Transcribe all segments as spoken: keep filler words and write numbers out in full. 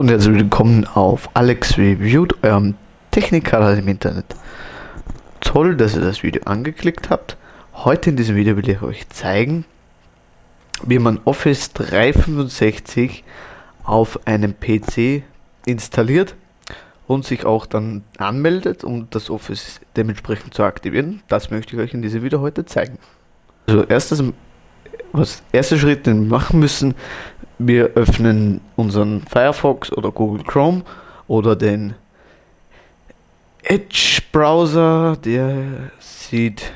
Und herzlich willkommen auf Alex Reviewed, eurem Technikkanal im Internet. Toll, dass ihr das Video angeklickt habt. Heute in diesem Video will ich euch zeigen, wie man Office dreihundertfünfundsechzig auf einem P C installiert und sich auch dann anmeldet, um das Office dementsprechend zu aktivieren. Das möchte ich euch in diesem Video heute zeigen. Also erstes, was erster Schritt, den wir machen müssen: Wir öffnen unseren Firefox oder Google Chrome oder den Edge Browser, der sieht,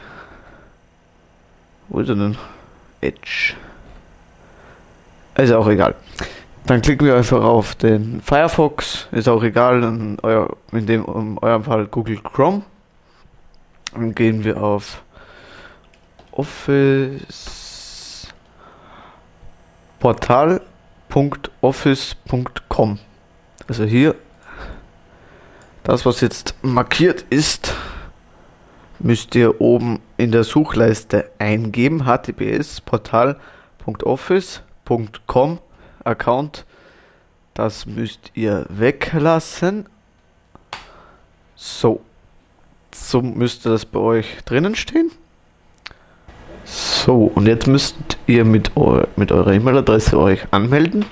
wo ist er denn? Edge. Ist auch egal. Dann klicken wir einfach auf den Firefox, ist auch egal, in, euer, in, dem, in eurem Fall Google Chrome. Dann gehen wir auf Office Portal punkt office punkt com. Also hier, das was jetzt markiert ist, müsst ihr oben in der Suchleiste eingeben: h t t p s portal punkt office punkt com Account. Das müsst ihr weglassen. So, so müsste das bei euch drinnen stehen. So, und jetzt müsst ihr mit, eu mit eurer E-Mail-Adresse euch anmelden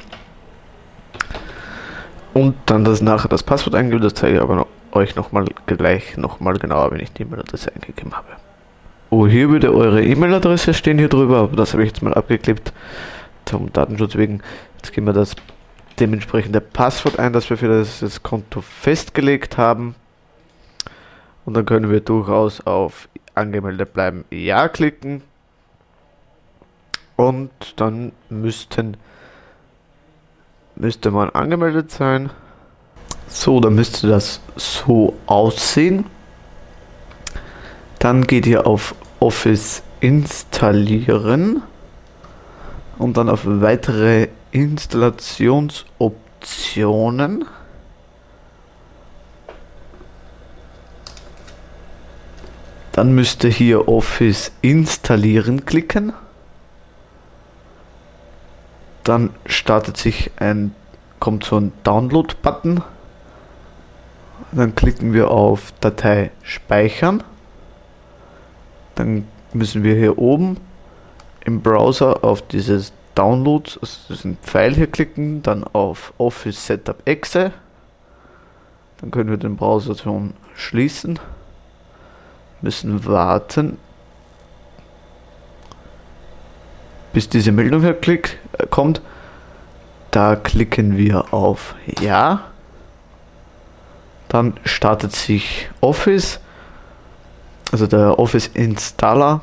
und dann das nachher das Passwort eingeben. Das zeige ich aber noch, euch nochmal gleich nochmal genauer, wenn ich die E-Mail-Adresse eingegeben habe. Oh, hier würde eure E-Mail-Adresse stehen hier drüber, aber das habe ich jetzt mal abgeklebt zum Datenschutz wegen. Jetzt geben wir das dementsprechende Passwort ein, das wir für das, das Konto festgelegt haben, und dann können wir durchaus auf angemeldet bleiben Ja klicken. Und dann müssten, müsste man angemeldet sein. So, dann müsste das so aussehen. Dann geht ihr auf Office installieren und dann auf weitere Installationsoptionen. Dann müsst ihr hier Office installieren klicken. Dann startet sich ein, kommt so ein Download-Button. Dann klicken wir auf Datei speichern. Dann müssen wir hier oben im Browser auf dieses Download, also diesen Pfeil hier klicken, dann auf Office Setup Exe. Dann können wir den Browser schon schließen. Müssen warten, bis diese Meldung hier klick, äh, kommt. Da klicken wir auf Ja. Dann startet sich Office, also der Office Installer.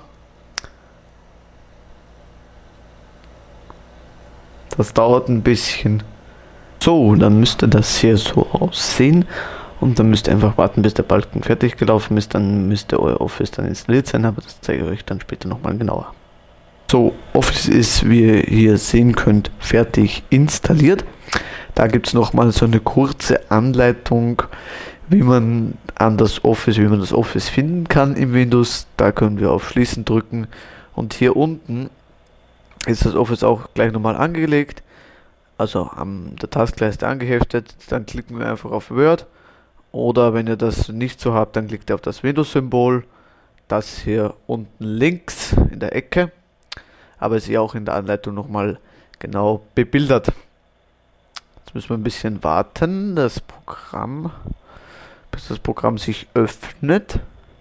Das dauert ein bisschen. So, dann müsste das hier so aussehen. Und dann müsst ihr einfach warten, bis der Balken fertig gelaufen ist. Dann müsste euer Office dann installiert sein, aber das zeige ich euch dann später nochmal genauer. So, Office ist, wie ihr hier sehen könnt, fertig installiert. Da gibt es nochmal so eine kurze Anleitung, wie man an das Office, wie man das Office finden kann im Windows. Da können wir auf Schließen drücken. Und hier unten ist das Office auch gleich nochmal angelegt, also an der Taskleiste angeheftet. Dann klicken wir einfach auf Word. Oder wenn ihr das nicht so habt, dann klickt ihr auf das Windows-Symbol. Das hier unten links in der Ecke. Aber ist ja auch in der Anleitung nochmal genau bebildert. Jetzt müssen wir ein bisschen warten, das Programm, bis das Programm sich öffnet.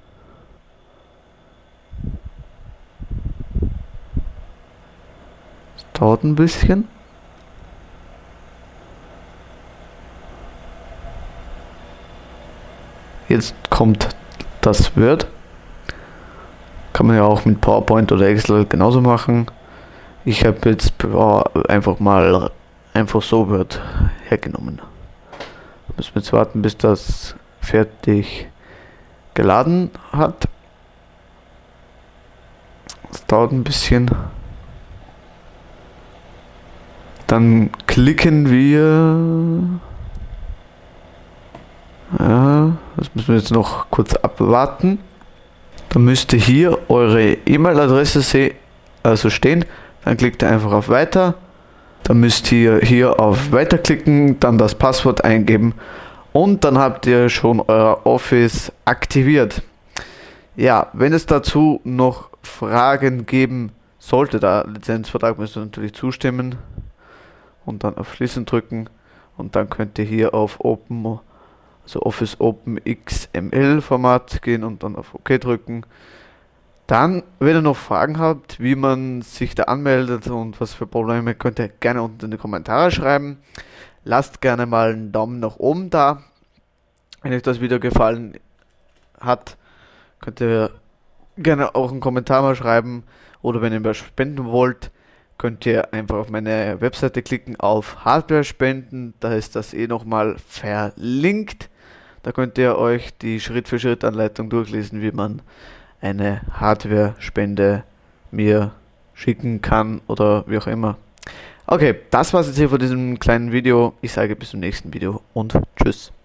Es dauert ein bisschen. Jetzt kommt das Word. Kann man ja auch mit PowerPoint oder Excel genauso machen. Ich habe jetzt oh, einfach mal einfach so Word hergenommen. Müssen wir jetzt warten, bis das fertig geladen hat. Das dauert ein bisschen. Dann klicken wir. Ja, das müssen wir jetzt noch kurz abwarten. Dann müsste hier eure E-Mail-Adresse also stehen. Dann klickt ihr einfach auf Weiter. Dann müsst ihr hier auf Weiterklicken, dann das Passwort eingeben und dann habt ihr schon euer Office aktiviert. Ja, wenn es dazu noch Fragen geben sollte, der Lizenzvertrag müsst ihr natürlich zustimmen und dann auf Schließen drücken und dann könnt ihr hier auf Open, also Office Open X M L Format gehen und dann auf OK drücken. Dann, wenn ihr noch Fragen habt, wie man sich da anmeldet und was für Probleme, könnt ihr gerne unten in die Kommentare schreiben. Lasst gerne mal einen Daumen nach oben da. Wenn euch das Video gefallen hat, könnt ihr gerne auch einen Kommentar mal schreiben. Oder wenn ihr mir spenden wollt, könnt ihr einfach auf meine Webseite klicken auf Hardware spenden. Da ist das eh nochmal verlinkt. Da könnt ihr euch die Schritt-für-Schritt-Anleitung durchlesen, wie man eine Hardware-Spende mir schicken kann oder wie auch immer. Okay, das war's jetzt hier von diesem kleinen Video. Ich sage bis zum nächsten Video und tschüss.